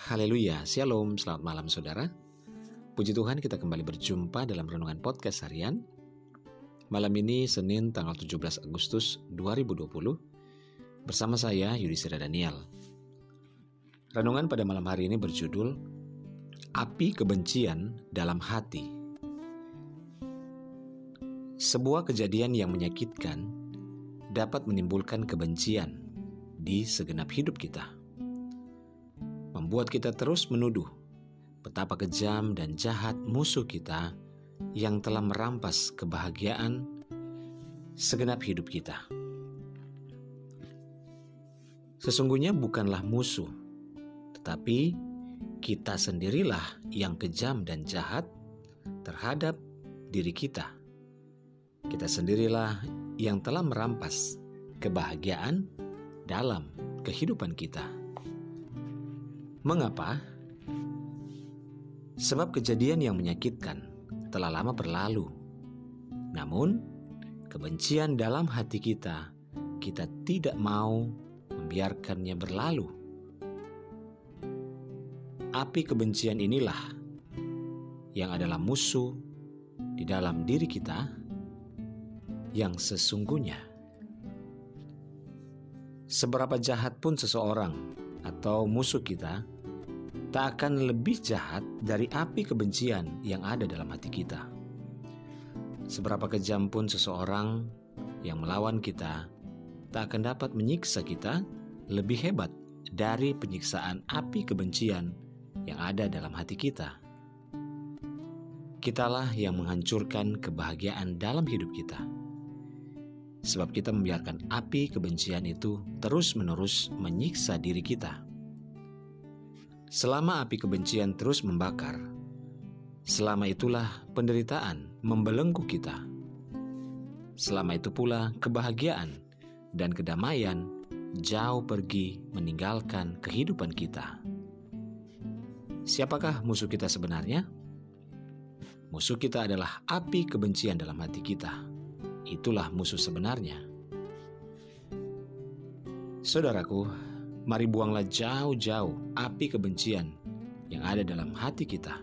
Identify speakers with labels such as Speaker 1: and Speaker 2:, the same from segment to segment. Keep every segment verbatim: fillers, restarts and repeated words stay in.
Speaker 1: Haleluya, Shalom, selamat malam saudara. Puji Tuhan, kita kembali berjumpa dalam Renungan Podcast Harian. Malam ini Senin tanggal tujuh belas Agustus dua ribu dua puluh, bersama saya Yudhistira Daniel. Renungan pada malam hari ini berjudul Api Kebencian Dalam Hati. Sebuah kejadian yang menyakitkan dapat menimbulkan kebencian di segenap hidup kita, membuat kita terus menuduh betapa kejam dan jahat musuh kita yang telah merampas kebahagiaan segenap hidup kita. Sesungguhnya bukanlah musuh, tetapi kita sendirilah yang kejam dan jahat terhadap diri kita. Kita sendirilah yang telah merampas kebahagiaan dalam kehidupan kita. Mengapa? Sebab kejadian yang menyakitkan telah lama berlalu. Namun, kebencian dalam hati kita, kita tidak mau membiarkannya berlalu. Api kebencian inilah yang adalah musuh di dalam diri kita yang sesungguhnya. Seberapa jahat pun seseorang atau musuh kita, tak akan lebih jahat dari api kebencian yang ada dalam hati kita. Seberapa kejam pun seseorang yang melawan kita, tak akan dapat menyiksa kita lebih hebat dari penyiksaan api kebencian yang ada dalam hati kita. Kitalah yang menghancurkan kebahagiaan dalam hidup kita, sebab kita membiarkan api kebencian itu terus-menerus menyiksa diri kita. Selama api kebencian terus membakar, selama itulah penderitaan membelenggu kita. Selama itu pula kebahagiaan dan kedamaian jauh pergi meninggalkan kehidupan kita. Siapakah musuh kita sebenarnya? Musuh kita adalah api kebencian dalam hati kita. Itulah musuh sebenarnya. Saudaraku, mari buanglah jauh-jauh api kebencian yang ada dalam hati kita.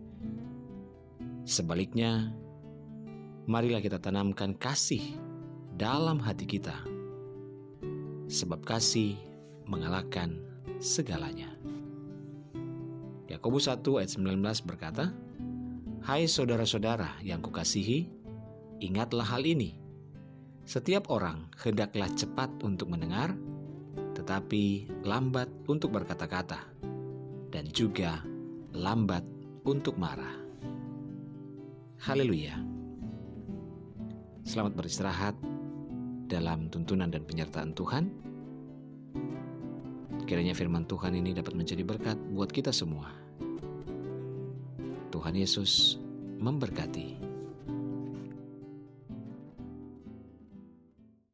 Speaker 1: Sebaliknya, marilah kita tanamkan kasih dalam hati kita, sebab kasih mengalahkan segalanya. Yakobus satu ayat sembilan belas berkata, "Hai saudara-saudara yang kukasihi, ingatlah hal ini. Setiap orang hendaklah cepat untuk mendengar, tetapi lambat untuk berkata-kata, dan juga lambat untuk marah." Haleluya. Selamat beristirahat dalam tuntunan dan penyertaan Tuhan. Kiranya firman Tuhan ini dapat menjadi berkat buat kita semua. Tuhan Yesus memberkati.